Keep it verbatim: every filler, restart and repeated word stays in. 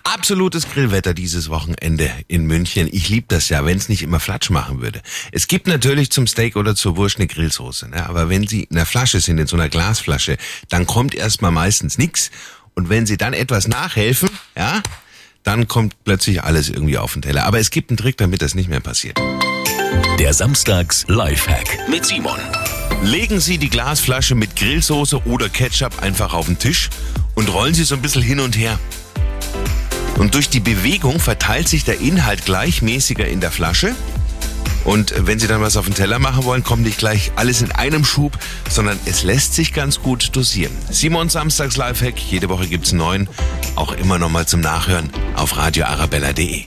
Absolutes Grillwetter dieses Wochenende in München. Ich liebe das ja, wenn es nicht immer Flatsch machen würde. Es gibt natürlich zum Steak oder zur Wurst eine Grillsoße, ne? Aber wenn sie in einer Flasche sind, in so einer Glasflasche, dann kommt erstmal meistens nichts. Und wenn sie dann etwas nachhelfen, ja, dann kommt plötzlich alles irgendwie auf den Teller. Aber es gibt einen Trick, damit das nicht mehr passiert. Der Samstags-Lifehack mit Simon. Legen Sie die Glasflasche mit Grillsoße oder Ketchup einfach auf den Tisch und rollen Sie so ein bisschen hin und her. Und durch die Bewegung verteilt sich der Inhalt gleichmäßiger in der Flasche. Und wenn Sie dann was auf den Teller machen wollen, kommt nicht gleich alles in einem Schub, sondern es lässt sich ganz gut dosieren. Simons Samstags Lifehack, jede Woche gibt's einen neuen, auch immer noch mal zum Nachhören auf radio arabella punkt de.